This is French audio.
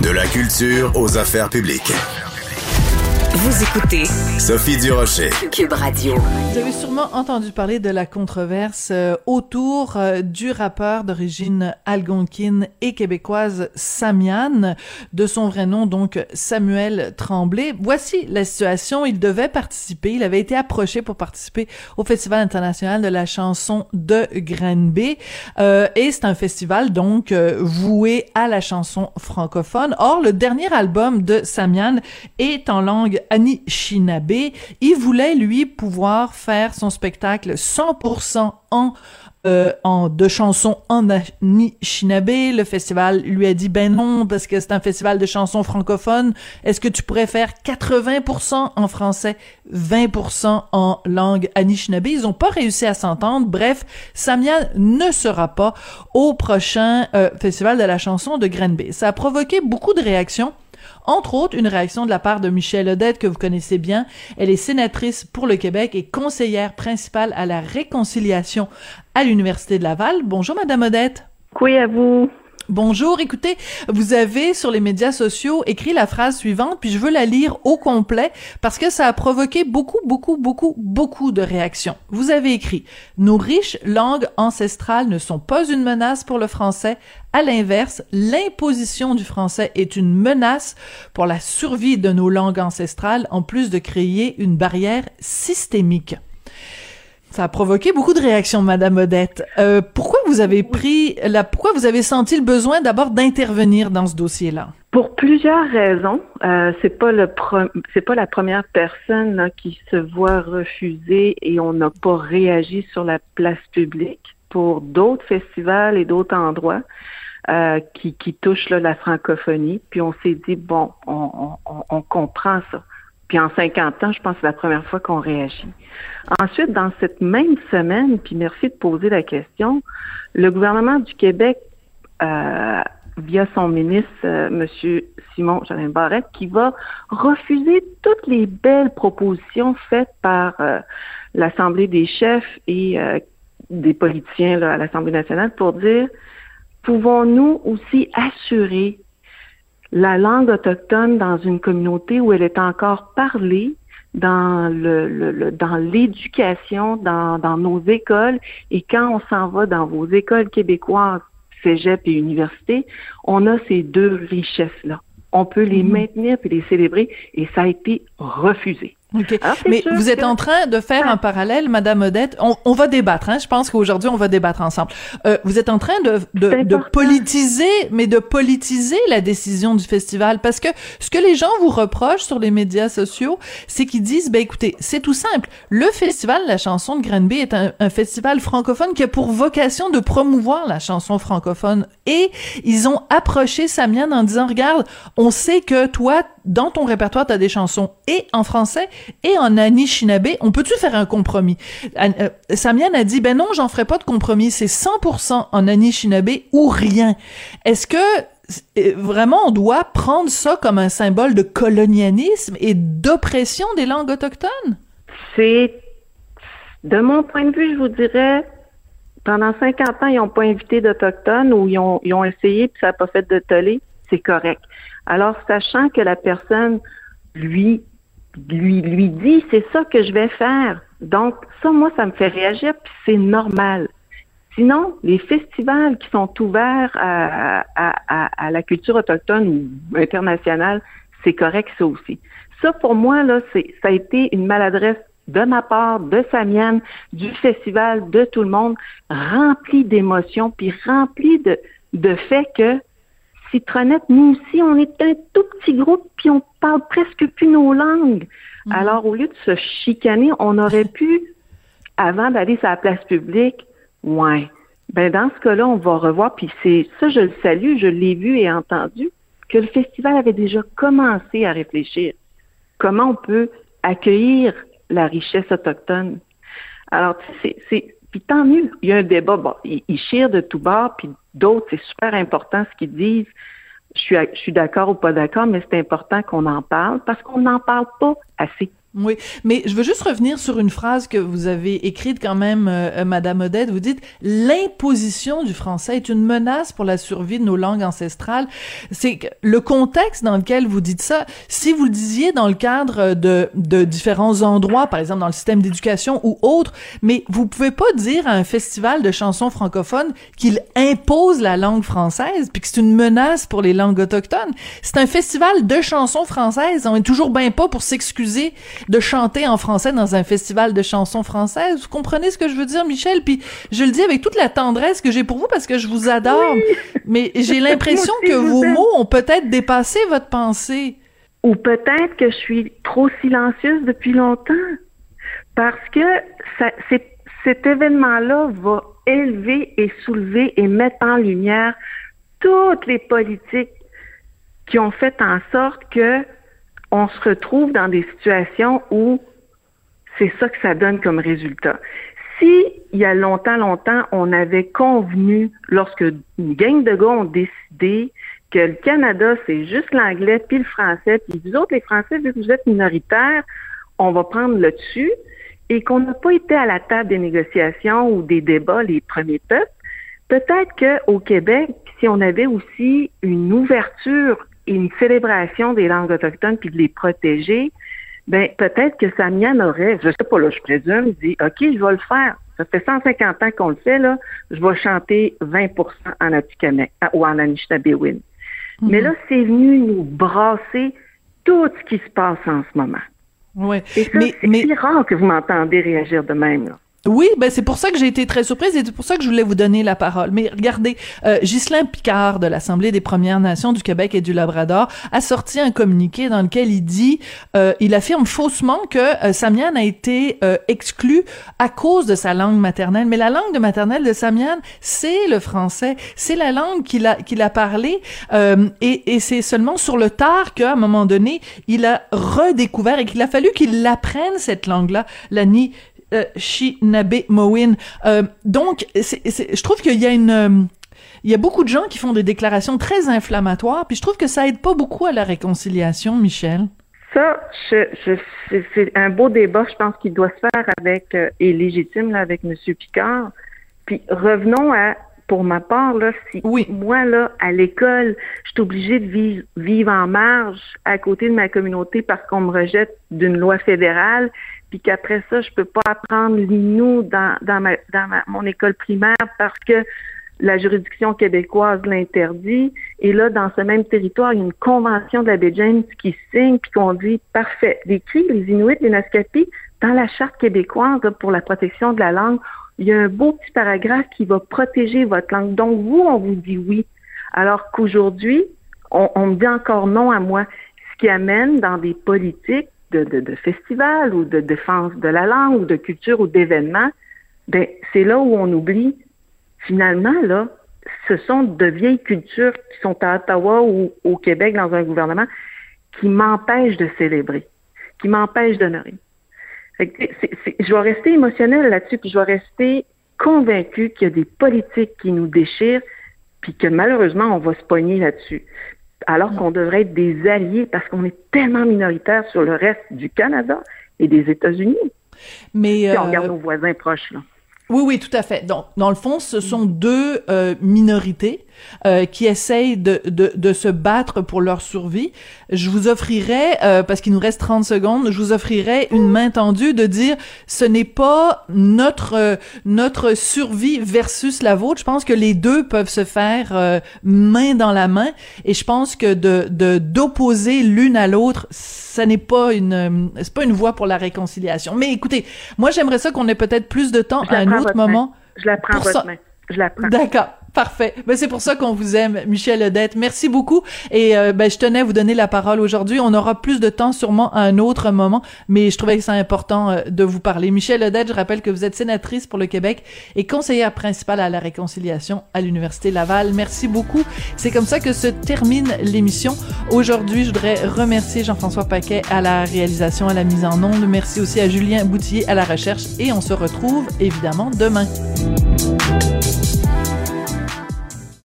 De la culture aux affaires publiques. Vous écoutez Sophie Durocher, Cube Radio. Vous avez sûrement entendu parler de la controverse autour du rappeur d'origine algonquine et québécoise Samian, de son vrai nom donc Samuel Tremblay. Voici la situation. Il devait participer, il avait été approché pour participer au Festival international de la chanson de Granby, et c'est un festival donc voué à la chanson francophone. Or, le dernier album de Samian est en langue Anishinaabe. Il voulait, lui, pouvoir faire son spectacle 100% de chansons en Anishinaabe. Le festival lui a dit, ben non, parce que c'est un festival de chansons francophones. Est-ce que tu pourrais faire 80% en français, 20% en langue Anishinaabe? Ils ont pas réussi à s'entendre. Bref, Samian ne sera pas au prochain festival de la chanson de Granby. Ça a provoqué beaucoup de réactions. Entre autres, une réaction de la part de Michèle Odette, que vous connaissez bien. Elle est sénatrice pour le Québec et conseillère principale à la réconciliation à l'Université de Laval. Bonjour, Madame Odette. Oui, à vous. Bonjour, écoutez, vous avez sur les médias sociaux écrit la phrase suivante, puis je veux la lire au complet parce que ça a provoqué beaucoup de réactions. Vous avez écrit « Nos riches langues ancestrales ne sont pas une menace pour le français. À l'inverse, l'imposition du français est une menace pour la survie de nos langues ancestrales, en plus de créer une barrière systémique. » Ça a provoqué beaucoup de réactions, Madame Odette. Pourquoi vous avez senti le besoin d'abord d'intervenir dans ce dossier-là? Pour plusieurs raisons. C'est pas la première personne là, qui se voit refuser et on n'a pas réagi sur la place publique pour d'autres festivals et d'autres endroits qui touchent là, la francophonie. Puis on s'est dit, bon, on comprend ça. Puis en 50 ans, je pense que c'est la première fois qu'on réagit. Ensuite, dans cette même semaine, puis merci de poser la question, le gouvernement du Québec, via son ministre, M. Simon-Jolin Barrette, qui va refuser toutes les belles propositions faites par l'Assemblée des chefs et des politiciens là, à l'Assemblée nationale pour dire, pouvons-nous aussi assurer la langue autochtone dans une communauté où elle est encore parlée dans dans l'éducation, dans nos écoles, et quand on s'en va dans vos écoles québécoises, cégep et université, on a ces deux richesses-là. On peut les maintenir puis les célébrer, et ça a été refusé. OK. Alors, mais vous êtes en train de faire un parallèle, Madame Odette. On va débattre, hein. Je pense qu'aujourd'hui, on va débattre ensemble. Vous êtes en train de politiser la décision du festival, parce que ce que les gens vous reprochent sur les médias sociaux, c'est qu'ils disent, ben écoutez, c'est tout simple. Le festival de la chanson de Granby est un festival francophone qui a pour vocation de promouvoir la chanson francophone. Et ils ont approché Samian en disant, regarde, on sait que toi, dans ton répertoire, t'as des chansons et en français et en Anishinaabe. On peut-tu faire un compromis? Samian a dit, ben non, j'en ferai pas de compromis. C'est 100% en Anishinaabe ou rien. Est-ce que vraiment on doit prendre ça comme un symbole de colonialisme et d'oppression des langues autochtones? C'est, de mon point de vue, je vous dirais, pendant 50 ans, ils n'ont pas invité d'Autochtones ou ils ont essayé puis ça n'a pas fait de tollé, c'est correct. Alors, sachant que la personne lui dit, c'est ça que je vais faire. Donc, ça, moi, ça me fait réagir, puis c'est normal. Sinon, les festivals qui sont ouverts à la culture autochtone ou internationale, c'est correct, ça aussi. Ça, pour moi, là, ça a été une maladresse de ma part, de Samian, du festival, de tout le monde, rempli d'émotions, puis rempli de fait que Citronnette, nous aussi, on est un tout petit groupe, puis on parle presque plus nos langues. Alors, au lieu de se chicaner, on aurait pu, avant d'aller sur la place publique, ben dans ce cas-là, on va revoir, puis c'est ça, je le salue, je l'ai vu et entendu, que le festival avait déjà commencé à réfléchir. Comment on peut accueillir la richesse autochtone? Alors, puis tant mieux, il y a un débat, bon, ils chirent de tout bord, puis d'autres, c'est super important ce qu'ils disent. Je suis d'accord ou pas d'accord, mais c'est important qu'on en parle parce qu'on n'en parle pas assez. Oui, mais je veux juste revenir sur une phrase que vous avez écrite quand même, Madame Odette. Vous dites « L'imposition du français est une menace pour la survie de nos langues ancestrales ». C'est le contexte dans lequel vous dites ça. Si vous le disiez dans le cadre de différents endroits, par exemple dans le système d'éducation ou autre, mais vous pouvez pas dire à un festival de chansons francophones qu'il impose la langue française puis que c'est une menace pour les langues autochtones. C'est un festival de chansons françaises. On est toujours bien pas pour s'excuser de chanter en français dans un festival de chansons françaises. Vous comprenez ce que je veux dire, Michel? Puis je le dis avec toute la tendresse que j'ai pour vous parce que je vous adore. Oui. Mais j'ai l'impression que vos mots ont peut-être dépassé votre pensée. Ou peut-être que je suis trop silencieuse depuis longtemps. Parce que cet événement-là va élever et soulever et mettre en lumière toutes les politiques qui ont fait en sorte que on se retrouve dans des situations où c'est ça que ça donne comme résultat. Si, il y a longtemps, on avait convenu, lorsque une gang de gars ont décidé que le Canada, c'est juste l'anglais puis le français, puis vous autres, les Français, vu que vous êtes minoritaires, on va prendre le dessus, et qu'on n'a pas été à la table des négociations ou des débats, les premiers peuples, peut-être qu'au Québec, si on avait aussi une ouverture et une célébration des langues autochtones puis de les protéger, ben peut-être que Samian aurait, je sais pas là, je présume, dit OK, je vais le faire. Ça fait 150 ans qu'on le fait là, je vais chanter 20% en Atikamekw ou en Anishinaabe. Mais là, c'est venu nous brasser tout ce qui se passe en ce moment. Ouais. Et ça, c'est rare que vous m'entendez réagir de même là. Oui, ben c'est pour ça que j'ai été très surprise et c'est pour ça que je voulais vous donner la parole. Mais regardez, Ghislain Picard de l'Assemblée des Premières Nations du Québec et du Labrador a sorti un communiqué dans lequel il dit, il affirme faussement que Samian a été exclu à cause de sa langue maternelle. Mais la langue maternelle de Samian, c'est le français, c'est la langue qu'il a parlé, et c'est seulement sur le tard qu'à un moment donné, il a redécouvert et qu'il a fallu qu'il apprenne cette langue-là, l'Anishinaabe. Donc, je trouve qu'il y a il y a beaucoup de gens qui font des déclarations très inflammatoires, puis je trouve que ça aide pas beaucoup à la réconciliation, Michel. Ça, c'est un beau débat, je pense, qu'il doit se faire avec, et légitime, là, avec M. Picard. Puis revenons à, pour ma part, là, si moi, là, à l'école, je suis obligée de vivre en marge à côté de ma communauté parce qu'on me rejette d'une loi fédérale, puis qu'après ça, je peux pas apprendre l'Innu dans mon école primaire parce que la juridiction québécoise l'interdit. Et là, dans ce même territoire, il y a une convention de la baie James qui signe, puis qu'on dit, parfait, l'écrit, les Inuits, les Naskapi, dans la charte québécoise là, pour la protection de la langue, il y a un beau petit paragraphe qui va protéger votre langue. Donc, vous, on vous dit oui. Alors qu'aujourd'hui, on me dit encore non à moi. Ce qui amène dans des politiques de festivals ou de défense de la langue ou de culture ou d'événements, ben c'est là où on oublie, finalement, là, ce sont de vieilles cultures qui sont à Ottawa ou au Québec dans un gouvernement qui m'empêchent de célébrer, qui m'empêchent d'honorer. Je vais rester émotionnelle là-dessus, puis je vais rester convaincue qu'il y a des politiques qui nous déchirent, puis que malheureusement, on va se pogner là-dessus. Alors qu'on devrait être des alliés parce qu'on est tellement minoritaire sur le reste du Canada et des États-Unis. Mais si on regarde nos voisins proches, là. Oui, tout à fait. Donc, dans le fond, ce sont deux minorités qui essayent de se battre pour leur survie. Je vous offrirais, parce qu'il nous reste 30 secondes, je vous offrirais une main tendue de dire ce n'est pas notre survie versus la vôtre. Je pense que les deux peuvent se faire main dans la main, et je pense que d'opposer l'une à l'autre, ça n'est pas c'est pas une voie pour la réconciliation. Mais écoutez, moi j'aimerais ça qu'on ait peut-être plus de temps à un autre moment. Je la prends votre main. Je la prends. D'accord. Parfait. Ben, c'est pour ça qu'on vous aime, Michel Odette. Merci beaucoup. Et je tenais à vous donner la parole aujourd'hui. On aura plus de temps sûrement à un autre moment, mais je trouvais que c'est important de vous parler. Michel Odette, je rappelle que vous êtes sénatrice pour le Québec et conseillère principale à la réconciliation à l'Université Laval. Merci beaucoup. C'est comme ça que se termine l'émission. Aujourd'hui, je voudrais remercier Jean-François Paquet à la réalisation, à la mise en onde. Merci aussi à Julien Boutier à la recherche et on se retrouve évidemment demain.